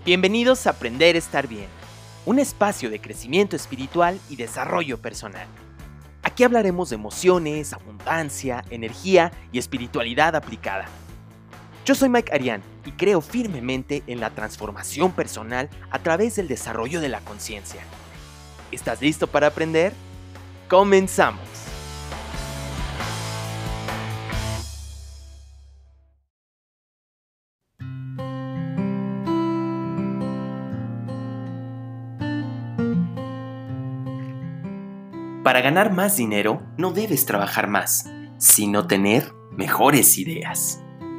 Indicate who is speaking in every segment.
Speaker 1: Bienvenidos a Aprender a Estar Bien, un espacio de crecimiento espiritual y desarrollo personal. Aquí hablaremos de emociones, abundancia, energía y espiritualidad aplicada. Yo soy Mike Arián y creo firmemente en la transformación personal a través del desarrollo de la conciencia. ¿Estás listo para aprender? ¡Comenzamos! Para ganar más dinero, no debes trabajar más, sino tener mejores ideas.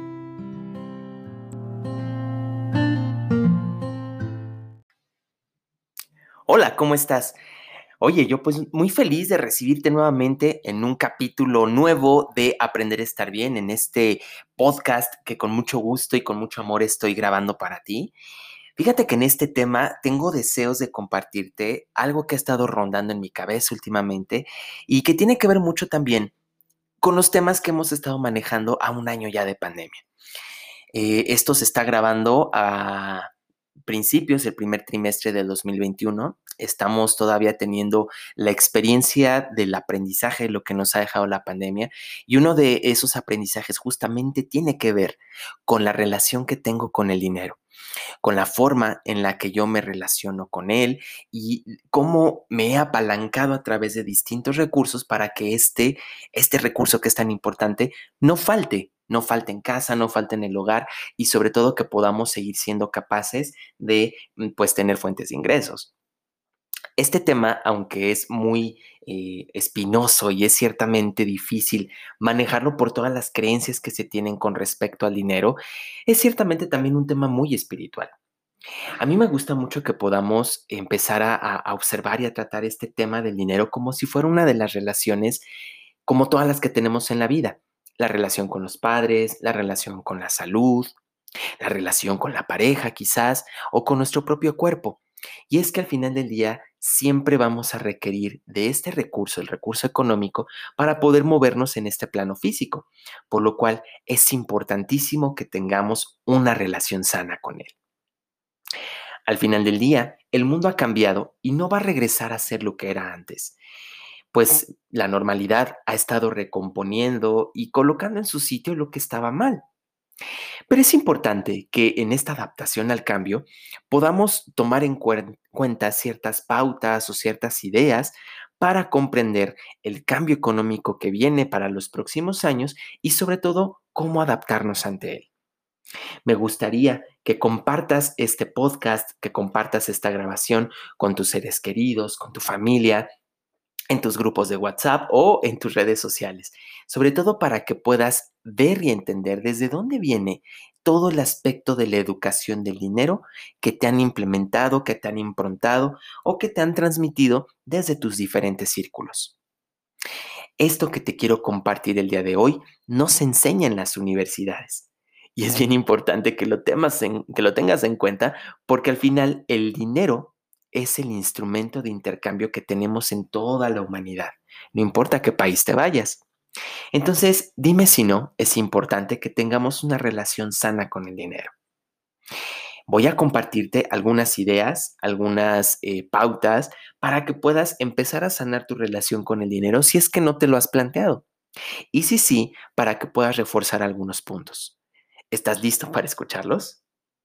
Speaker 1: Hola, ¿cómo estás? Oye, yo pues muy feliz de recibirte nuevamente en un capítulo nuevo de Aprender a Estar Bien, en este podcast que con mucho gusto y con mucho amor estoy grabando para ti. Fíjate que en este tema tengo deseos de compartirte algo que ha estado rondando en mi cabeza últimamente y que tiene que ver mucho también con los temas que hemos estado manejando a un año ya de pandemia. Esto se está grabando a principios del primer trimestre del 2021. Estamos todavía teniendo la experiencia del aprendizaje, lo que nos ha dejado la pandemia, y uno de esos aprendizajes justamente tiene que ver con la relación que tengo con el dinero, con la forma en la que yo me relaciono con él y cómo me he apalancado a través de distintos recursos para que este recurso que es tan importante no falte en casa, no falte en el hogar y sobre todo que podamos seguir siendo capaces de pues tener fuentes de ingresos. Este tema, aunque es muy espinoso y es ciertamente difícil manejarlo por todas las creencias que se tienen con respecto al dinero, es ciertamente también un tema muy espiritual. A mí me gusta mucho que podamos empezar a observar y a tratar este tema del dinero como si fuera una de las relaciones, como todas las que tenemos en la vida. La relación con los padres, la relación con la salud, la relación con la pareja quizás, o con nuestro propio cuerpo. Y es que al final del día siempre vamos a requerir de este recurso, el recurso económico, para poder movernos en este plano físico, por lo cual es importantísimo que tengamos una relación sana con él. Al final del día, el mundo ha cambiado y no va a regresar a ser lo que era antes, pues la normalidad ha estado recomponiendo y colocando en su sitio lo que estaba mal. Pero es importante que en esta adaptación al cambio podamos tomar en cuenta ciertas pautas o ciertas ideas para comprender el cambio económico que viene para los próximos años y sobre todo cómo adaptarnos ante él. Me gustaría que compartas este podcast, que compartas esta grabación con tus seres queridos, con tu familia, en tus grupos de WhatsApp o en tus redes sociales, sobre todo para que puedas ver y entender desde dónde viene todo el aspecto de la educación del dinero que te han implementado, que te han improntado o que te han transmitido desde tus diferentes círculos. Esto que te quiero compartir el día de hoy no se enseña en las universidades. Y es bien importante que que lo tengas en cuenta porque al final el dinero es el instrumento de intercambio que tenemos en toda la humanidad, no importa a qué país te vayas. Entonces, dime si no, es importante que tengamos una relación sana con el dinero. Voy a compartirte algunas ideas, algunas pautas para que puedas empezar a sanar tu relación con el dinero si es que no te lo has planteado. Y si sí, para que puedas reforzar algunos puntos. ¿Estás listo para escucharlos?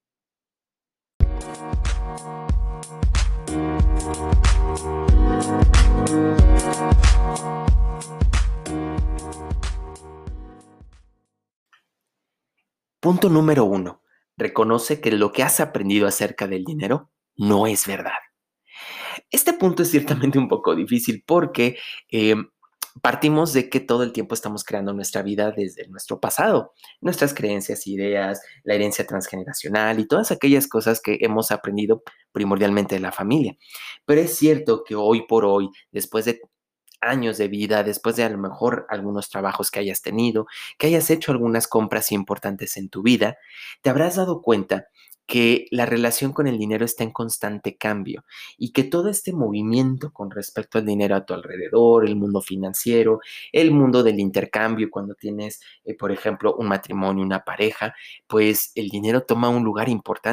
Speaker 1: Punto número 1. Reconoce que lo que has aprendido acerca del dinero no es verdad. Este punto es ciertamente un poco difícil porque partimos de que todo el tiempo estamos creando nuestra vida desde nuestro pasado, nuestras creencias, ideas, la herencia transgeneracional y todas aquellas cosas que hemos aprendido primordialmente de la familia. Pero es cierto que hoy por hoy, después de años de vida, después de a lo mejor algunos trabajos que hayas tenido, que hayas hecho algunas compras importantes en tu vida, te habrás dado cuenta que la relación con el dinero está en constante cambio y que todo este movimiento con respecto al dinero a tu alrededor, el mundo financiero, el mundo del intercambio, cuando tienes, por ejemplo, un matrimonio, una pareja, pues el dinero toma un lugar importante.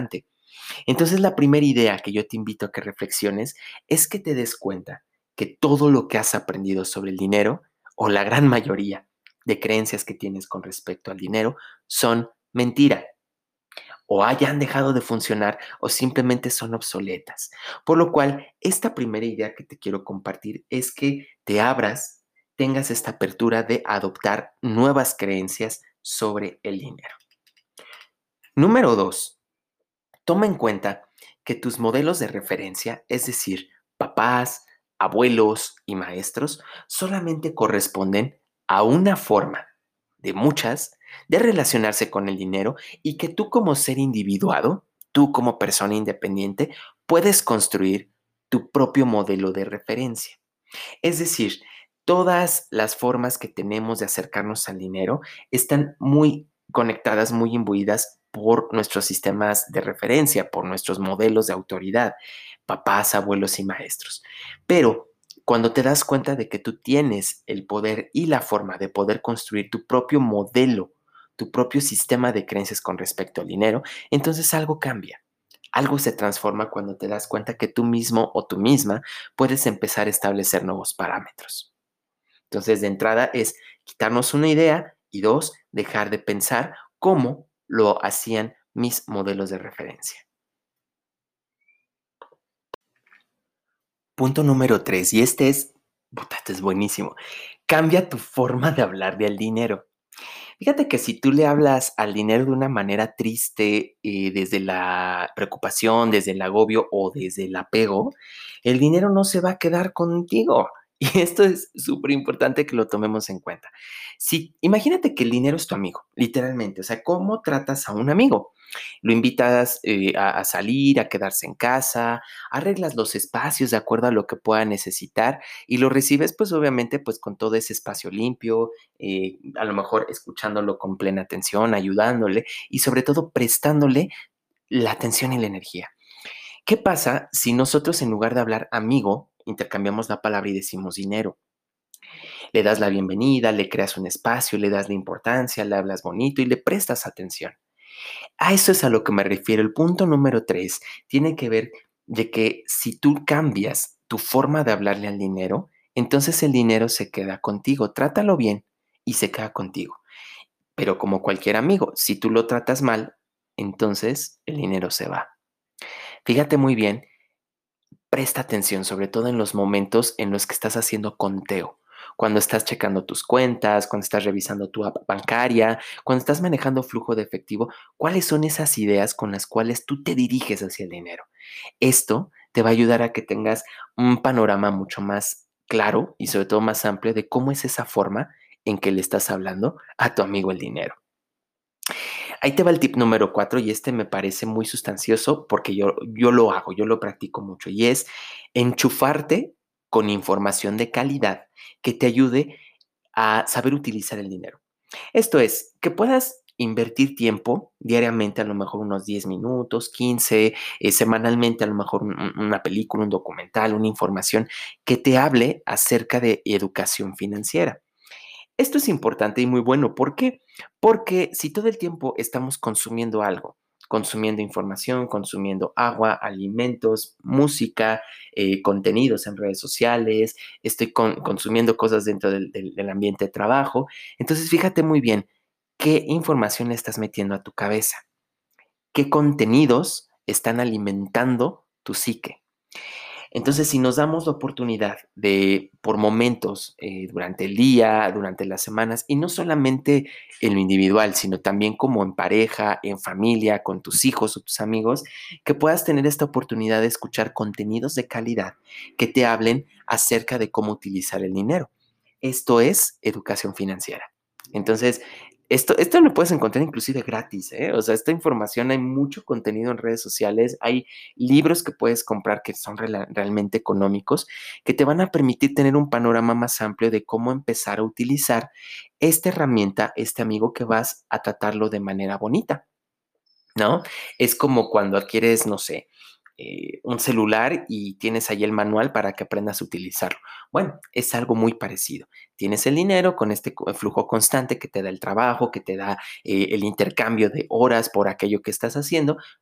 Speaker 1: Entonces, la primera idea que yo te invito a que reflexiones es que te des cuenta que todo lo que has aprendido sobre el dinero, o la gran mayoría de creencias que tienes con respecto al dinero, son mentira, o hayan dejado de funcionar o simplemente son obsoletas. Por lo cual, esta primera idea que te quiero compartir es que te abras, tengas esta apertura de adoptar nuevas creencias sobre el dinero. Número 2, toma en cuenta que tus modelos de referencia, es decir, papás, abuelos y maestros, solamente corresponden a una forma de muchas de relacionarse con el dinero, y que tú como ser individuado, tú como persona independiente, puedes construir tu propio modelo de referencia. Es decir, todas las formas que tenemos de acercarnos al dinero están muy conectadas, muy imbuidas por nuestros sistemas de referencia, por nuestros modelos de autoridad, papás, abuelos y maestros. Pero cuando te das cuenta de que tú tienes el poder y la forma de poder construir tu propio modelo, tu propio sistema de creencias con respecto al dinero, entonces algo cambia. Algo se transforma cuando te das cuenta que tú mismo o tú misma puedes empezar a establecer nuevos parámetros. Entonces, de entrada es quitarnos una idea, y dos, dejar de pensar cómo lo hacían mis modelos de referencia. Punto número 3, y este es buenísimo. Cambia tu forma de hablar del dinero. Fíjate que si tú le hablas al dinero de una manera triste, desde la preocupación, desde el agobio o desde el apego, el dinero no se va a quedar contigo. Y esto es súper importante que lo tomemos en cuenta. Si, imagínate que el dinero es tu amigo, literalmente. O sea, ¿cómo tratas a un amigo? Lo invitas a salir, a quedarse en casa, arreglas los espacios de acuerdo a lo que pueda necesitar, y lo recibes pues obviamente pues con todo ese espacio limpio, a lo mejor escuchándolo con plena atención, ayudándole y sobre todo prestándole la atención y la energía. ¿Qué pasa si nosotros en lugar de hablar amigo, intercambiamos la palabra y decimos dinero? Le das la bienvenida, le creas un espacio, le das la importancia, le hablas bonito y le prestas atención. A eso es a lo que me refiero. El punto número 3 tiene que ver de que si tú cambias tu forma de hablarle al dinero, entonces el dinero se queda contigo. Trátalo bien y se queda contigo. Pero como cualquier amigo, si tú lo tratas mal, entonces el dinero se va. Fíjate muy bien, presta atención, sobre todo en los momentos en los que estás haciendo conteo. Cuando estás checando tus cuentas, cuando estás revisando tu app bancaria, cuando estás manejando flujo de efectivo, ¿cuáles son esas ideas con las cuales tú te diriges hacia el dinero? Esto te va a ayudar a que tengas un panorama mucho más claro y sobre todo más amplio de cómo es esa forma en que le estás hablando a tu amigo el dinero. Ahí te va el tip número 4, y este me parece muy sustancioso porque yo lo hago, yo lo practico mucho, y es enchufarte con información de calidad que te ayude a saber utilizar el dinero. Esto es, que puedas invertir tiempo diariamente, a lo mejor unos 10 minutos, 15, semanalmente, a lo mejor una película, un documental, una información que te hable acerca de educación financiera. Esto es importante y muy bueno. ¿Por qué? Porque si todo el tiempo estamos consumiendo algo, consumiendo información, consumiendo agua, alimentos, música, contenidos en redes sociales, estoy consumiendo cosas dentro del ambiente de trabajo, entonces fíjate muy bien qué información le estás metiendo a tu cabeza, qué contenidos están alimentando tu psique. Entonces, si nos damos la oportunidad de, por momentos, durante el día, durante las semanas, y no solamente en lo individual, sino también como en pareja, en familia, con tus hijos o tus amigos, que puedas tener esta oportunidad de escuchar contenidos de calidad que te hablen acerca de cómo utilizar el dinero. Esto es educación financiera. Entonces, esto lo puedes encontrar inclusive gratis, ¿eh? O sea, esta información, hay mucho contenido en redes sociales, hay libros que puedes comprar que son realmente económicos, que te van a permitir tener un panorama más amplio de cómo empezar a utilizar esta herramienta, este amigo que vas a tratarlo de manera bonita, ¿no? Es como cuando adquieres, no sé, un celular y tienes ahí el manual para que aprendas a utilizarlo. Bueno, es algo muy parecido. Tienes el dinero con este flujo constante que te da el trabajo, que te da el intercambio de horas por aquello que estás haciendo,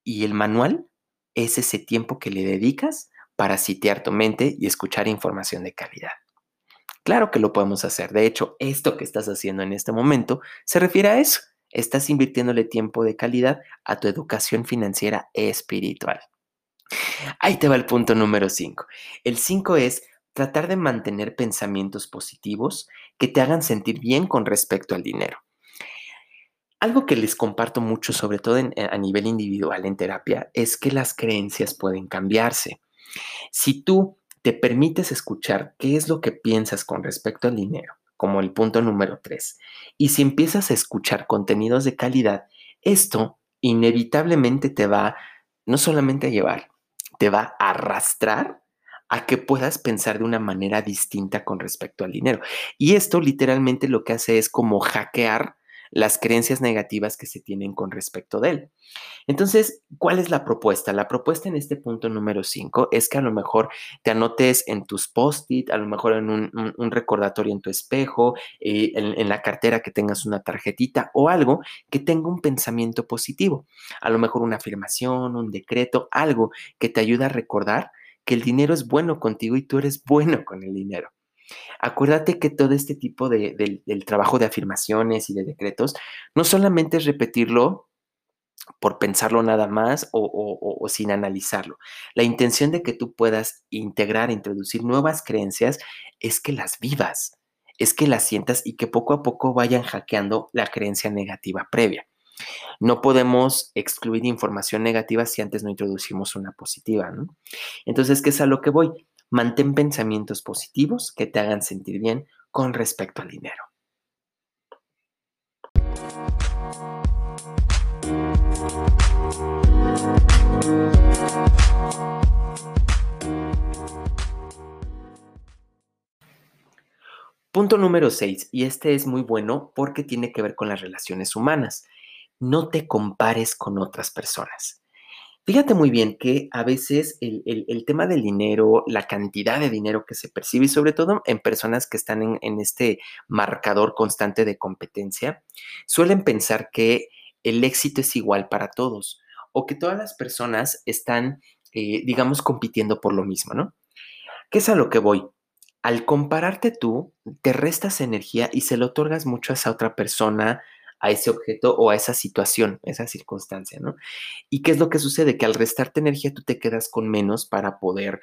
Speaker 1: Y el manual es ese tiempo que le dedicas para sitiar tu mente y escuchar información de calidad. Claro que lo podemos hacer. De hecho, esto que estás haciendo en este momento se refiere a eso. Estás invirtiéndole tiempo de calidad a tu educación financiera espiritual. Ahí te va el punto número 5. El 5 es tratar de mantener pensamientos positivos que te hagan sentir bien con respecto al dinero. Algo que les comparto mucho, sobre todo a nivel individual en terapia, es que las creencias pueden cambiarse. Si tú te permites escuchar qué es lo que piensas con respecto al dinero, como el punto número 3, y si empiezas a escuchar contenidos de calidad, esto inevitablemente te va no solamente a llevar, te va a arrastrar a que puedas pensar de una manera distinta con respecto al dinero. Y esto literalmente lo que hace es como hackear las creencias negativas que se tienen con respecto de él. Entonces, ¿cuál es la propuesta? La propuesta en este punto número 5 es que a lo mejor te anotes en tus post-it, a lo mejor en un recordatorio en tu espejo, en la cartera que tengas una tarjetita o algo que tenga un pensamiento positivo. A lo mejor una afirmación, un decreto, algo que te ayude a recordar que el dinero es bueno contigo y tú eres bueno con el dinero. Acuérdate que todo este tipo del trabajo de afirmaciones y de decretos no solamente es repetirlo por pensarlo nada más o sin analizarlo. La intención de que tú puedas integrar, introducir nuevas creencias es que las vivas, es que las sientas y que poco a poco vayan hackeando la creencia negativa previa. No podemos excluir información negativa si antes no introducimos una positiva, ¿no? Entonces, ¿qué es a lo que voy? Mantén pensamientos positivos que te hagan sentir bien con respecto al dinero. Punto número 6, y este es muy bueno porque tiene que ver con las relaciones humanas. No te compares con otras personas. Fíjate muy bien que a veces el tema del dinero, la cantidad de dinero que se percibe, y sobre todo en personas que están en este marcador constante de competencia, suelen pensar que el éxito es igual para todos o que todas las personas están, digamos, compitiendo por lo mismo, ¿no? ¿Qué es a lo que voy? Al compararte tú, te restas energía y se lo otorgas mucho a esa otra persona, a ese objeto o a esa situación, esa circunstancia, ¿no? ¿Y qué es lo que sucede? Que al restarte energía tú te quedas con menos para poder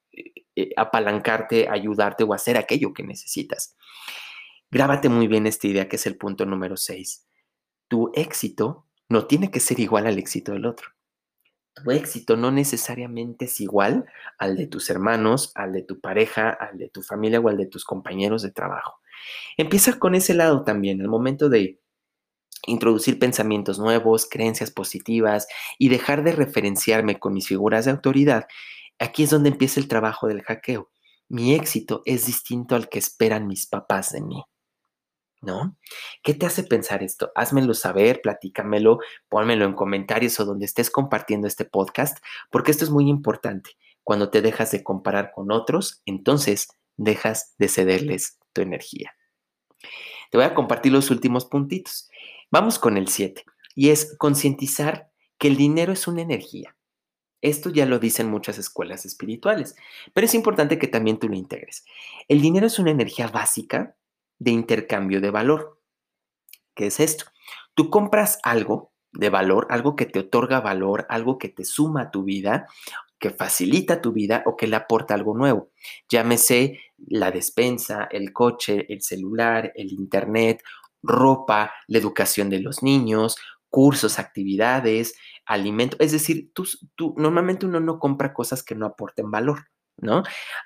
Speaker 1: apalancarte, ayudarte o hacer aquello que necesitas. Grábate muy bien esta idea que es el punto número 6. Tu éxito no tiene que ser igual al éxito del otro. Tu éxito no necesariamente es igual al de tus hermanos, al de tu pareja, al de tu familia o al de tus compañeros de trabajo. Empieza con ese lado también, al momento de introducir pensamientos nuevos, creencias positivas y dejar de referenciarme con mis figuras de autoridad. Aquí es donde empieza el trabajo del hackeo. Mi éxito es distinto al que esperan mis papás de mí. ¿No? ¿Qué te hace pensar esto? Házmelo saber, platícamelo, pónmelo en comentarios o donde estés compartiendo este podcast, porque esto es muy importante. Cuando te dejas de comparar con otros, entonces dejas de cederles tu energía. Te voy a compartir los últimos puntitos. Vamos con el 7 y es concientizar que el dinero es una energía. Esto ya lo dicen muchas escuelas espirituales, pero es importante que también tú lo integres. El dinero es una energía básica de intercambio de valor. ¿Qué es esto? Tú compras algo de valor, algo que te otorga valor, algo que te suma a tu vida, que facilita tu vida o que le aporta algo nuevo. Llámese la despensa, el coche, el celular, el internet, ropa, la educación de los niños, cursos, actividades, alimento. Es decir, normalmente uno no compra cosas que no aporten valor, ¿no?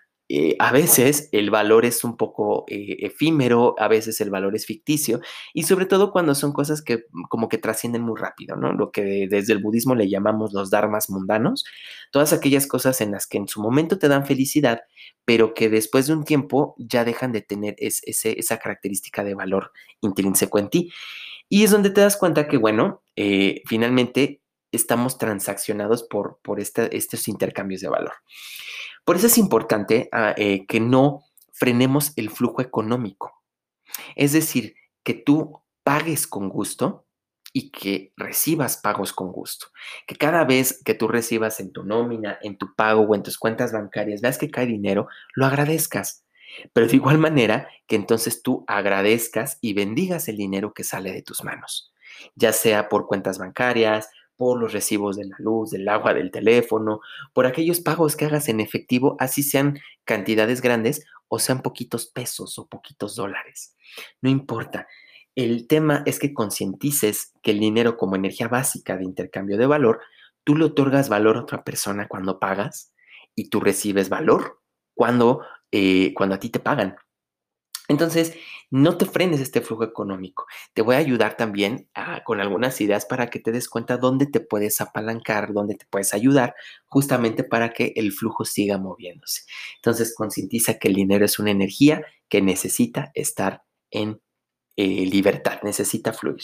Speaker 1: A veces el valor es un poco efímero, a veces el valor es ficticio y sobre todo cuando son cosas que como que trascienden muy rápido, ¿no? Lo que desde el budismo le llamamos los dharmas mundanos, todas aquellas cosas en las que en su momento te dan felicidad, pero que después de un tiempo ya dejan de tener esa característica de valor intrínseco en ti. Y es donde te das cuenta que, bueno, finalmente estamos transaccionados por estos intercambios de valor. Por eso es importante que no frenemos el flujo económico. Es decir, que tú pagues con gusto y que recibas pagos con gusto. Que cada vez que tú recibas en tu nómina, en tu pago o en tus cuentas bancarias, veas que cae dinero, lo agradezcas. Pero de igual manera que entonces tú agradezcas y bendigas el dinero que sale de tus manos, ya sea por cuentas bancarias, por los recibos de la luz, del agua, del teléfono, por aquellos pagos que hagas en efectivo, así sean cantidades grandes o sean poquitos pesos o poquitos dólares. No importa. El tema es que concientices que el dinero como energía básica de intercambio de valor, tú le otorgas valor a otra persona cuando pagas y tú recibes valor cuando a ti te pagan. Entonces, no te frenes este flujo económico. Te voy a ayudar también con algunas ideas para que te des cuenta dónde te puedes apalancar, dónde te puedes ayudar, justamente para que el flujo siga moviéndose. Entonces, concientiza que el dinero es una energía que necesita estar en libertad, necesita fluir.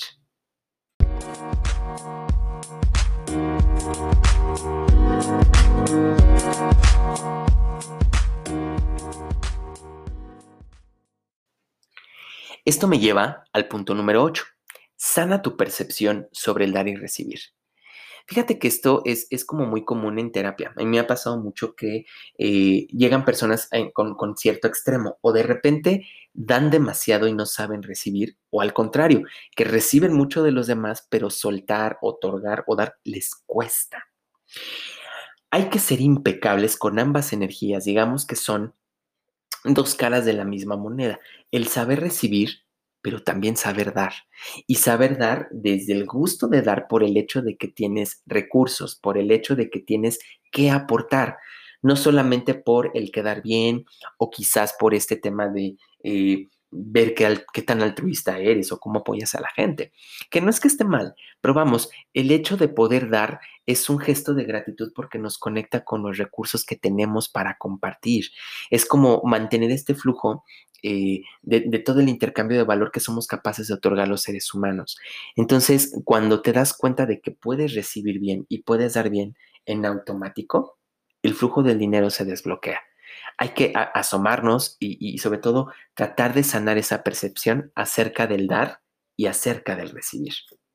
Speaker 1: Esto me lleva al punto número 8. Sana tu percepción sobre el dar y recibir. Fíjate que esto es como muy común en terapia. A mí me ha pasado mucho que llegan personas con cierto extremo o de repente dan demasiado y no saben recibir, o al contrario, que reciben mucho de los demás, pero soltar, otorgar o dar les cuesta. Hay que ser impecables con ambas energías, digamos que son dos caras de la misma moneda. El saber recibir, pero también saber dar. Y saber dar desde el gusto de dar por el hecho de que tienes recursos, por el hecho de que tienes que aportar, no solamente por el quedar bien o quizás por este tema de ver qué tan altruista eres o cómo apoyas a la gente. Que no es que esté mal, pero vamos, el hecho de poder dar es un gesto de gratitud porque nos conecta con los recursos que tenemos para compartir. Es como mantener este flujo de todo el intercambio de valor que somos capaces de otorgar los seres humanos. Entonces, cuando te das cuenta de que puedes recibir bien y puedes dar bien en automático, el flujo del dinero se desbloquea. Hay que asomarnos y sobre todo tratar de sanar esa percepción acerca del dar y acerca del recibir.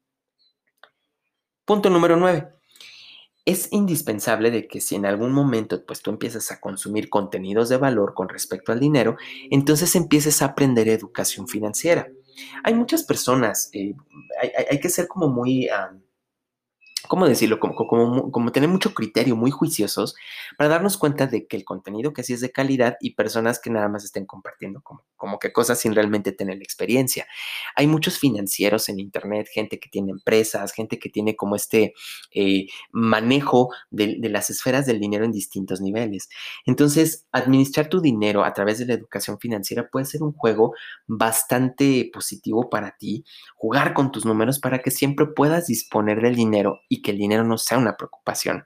Speaker 1: Punto número 9. Es indispensable de que si en algún momento pues tú empiezas a consumir contenidos de valor con respecto al dinero, entonces empieces a aprender educación financiera. Hay muchas personas, hay que ser como muy, ¿cómo decirlo? Como tener mucho criterio, muy juiciosos, para darnos cuenta de que el contenido que sí es de calidad y personas que nada más estén compartiendo como que cosas sin realmente tener la experiencia. Hay muchos financieros en Internet, gente que tiene empresas, gente que tiene como este manejo de las esferas del dinero en distintos niveles. Entonces, administrar tu dinero a través de la educación financiera puede ser un juego bastante positivo para ti, jugar con tus números para que siempre puedas disponer del dinero y que el dinero no sea una preocupación.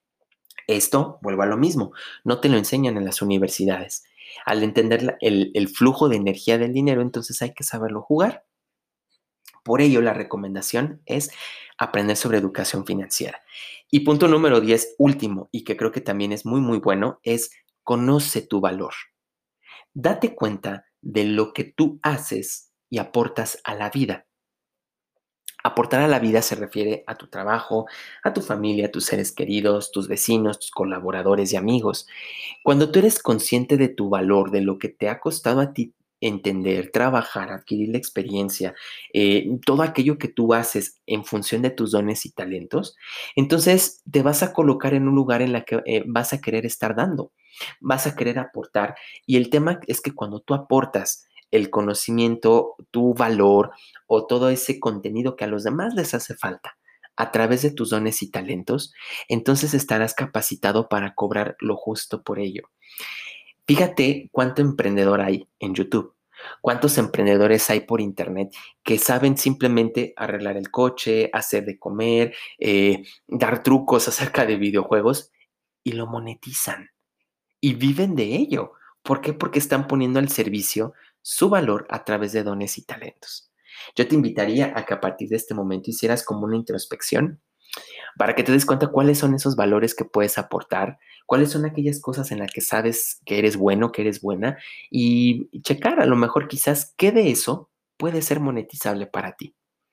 Speaker 1: Esto, vuelvo a lo mismo, no te lo enseñan en las universidades. Al entender el flujo de energía del dinero, entonces hay que saberlo jugar. Por ello, la recomendación es aprender sobre educación financiera. Y punto número 10, último, y que creo que también es muy, muy bueno, es conoce tu valor. Date cuenta de lo que tú haces y aportas a la vida. Aportar a la vida se refiere a tu trabajo, a tu familia, a tus seres queridos, tus vecinos, tus colaboradores y amigos. Cuando tú eres consciente de tu valor, de lo que te ha costado a ti entender, trabajar, adquirir la experiencia, todo aquello que tú haces en función de tus dones y talentos, entonces te vas a colocar en un lugar en el que vas a querer estar dando, vas a querer aportar. Y el tema es que cuando tú aportas el conocimiento, tu valor o todo ese contenido que a los demás les hace falta a través de tus dones y talentos, entonces estarás capacitado para cobrar lo justo por ello. Fíjate cuánto emprendedor hay en YouTube, cuántos emprendedores hay por internet que saben simplemente arreglar el coche, hacer de comer, dar trucos acerca de videojuegos y lo monetizan y viven de ello. ¿Por qué? Porque están poniendo al servicio su valor a través de dones y talentos. Yo te invitaría a que a partir de este momento hicieras como una introspección para que te des cuenta cuáles son esos valores que puedes aportar, cuáles son aquellas cosas en las que sabes que eres bueno, que eres buena y checar a lo mejor quizás qué de eso puede ser monetizable para ti.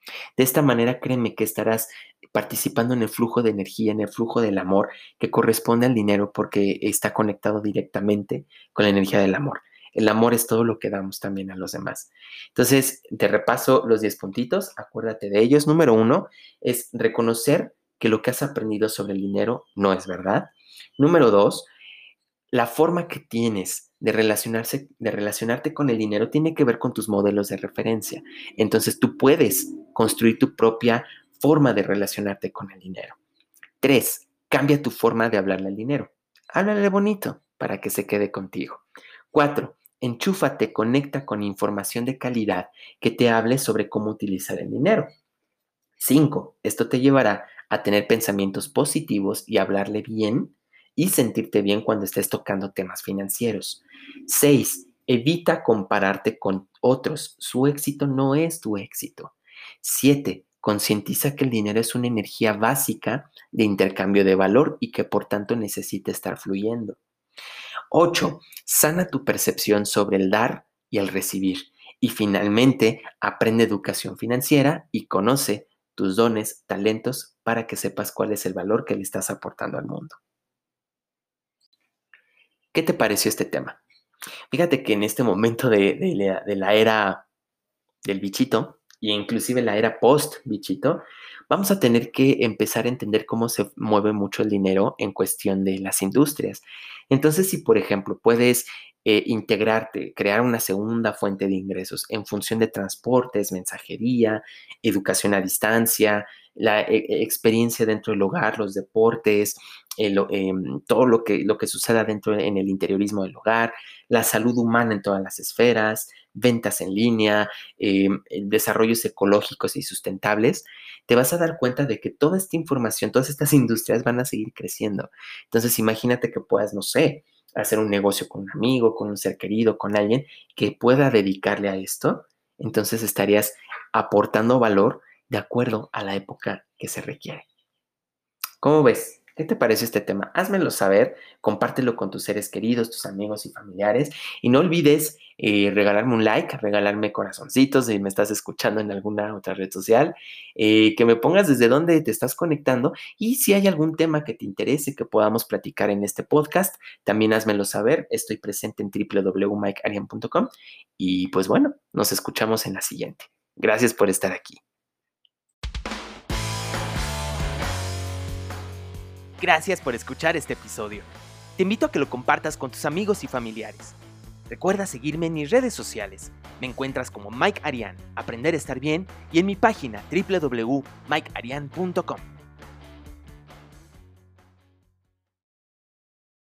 Speaker 1: De esta manera, créeme que estarás participando en el flujo de energía, en el flujo del amor que corresponde al dinero porque está conectado directamente con la energía del amor. El amor es todo lo que damos también a los demás. Entonces, te repaso los 10 puntitos, acuérdate de ellos. Número 1 es reconocer que lo que has aprendido sobre el dinero no es verdad. Número 2, la forma que tienes de relacionarte con el dinero tiene que ver con tus modelos de referencia. Entonces tú puedes construir tu propia forma de relacionarte con el dinero. 3, cambia tu forma de hablarle al dinero. Háblale bonito para que se quede contigo. 4, enchúfate, conecta con información de calidad que te hable sobre cómo utilizar el dinero. 5, esto te llevará a tener pensamientos positivos y hablarle bien y sentirte bien cuando estés tocando temas financieros. 6, evita compararte con otros. Su éxito no es tu éxito. 7, concientiza que el dinero es una energía básica de intercambio de valor y que por tanto necesita estar fluyendo. 8, sana tu percepción sobre el dar y el recibir. Y finalmente, aprende educación financiera y conoce tus dones, talentos, para que sepas cuál es el valor que le estás aportando al mundo. ¿Qué te pareció este tema? Fíjate que en este momento de la era del bichito, e inclusive la era post-bichito, vamos a tener que empezar a entender cómo se mueve mucho el dinero en cuestión de las industrias. Entonces, si por ejemplo puedes integrarte, crear una segunda fuente de ingresos en función de transportes, mensajería, educación a distancia, la experiencia dentro del hogar, los deportes, todo lo que suceda dentro en el interiorismo del hogar, la salud humana en todas las esferas, ventas en línea, desarrollos ecológicos y sustentables, te vas a dar cuenta de que toda esta información, todas estas industrias van a seguir creciendo. Entonces, imagínate que puedas, no sé, hacer un negocio con un amigo, con un ser querido, con alguien que pueda dedicarle a esto. Entonces estarías aportando valor de acuerdo a la época que se requiere. ¿Cómo ves? ¿Qué te parece este tema? Házmelo saber, compártelo con tus seres queridos, tus amigos y familiares. Y no olvides regalarme un like, regalarme corazoncitos si me estás escuchando en alguna otra red social, que me pongas desde dónde te estás conectando y si hay algún tema que te interese que podamos platicar en este podcast, también házmelo saber. Estoy presente en www.mikearian.com y pues bueno, nos escuchamos en la siguiente. Gracias por estar aquí. Gracias por escuchar este episodio. Te invito a que lo compartas con tus amigos y familiares. Recuerda seguirme en mis redes sociales. Me encuentras como Mike Arian, Aprender a Estar Bien, y en mi página www.mikearian.com.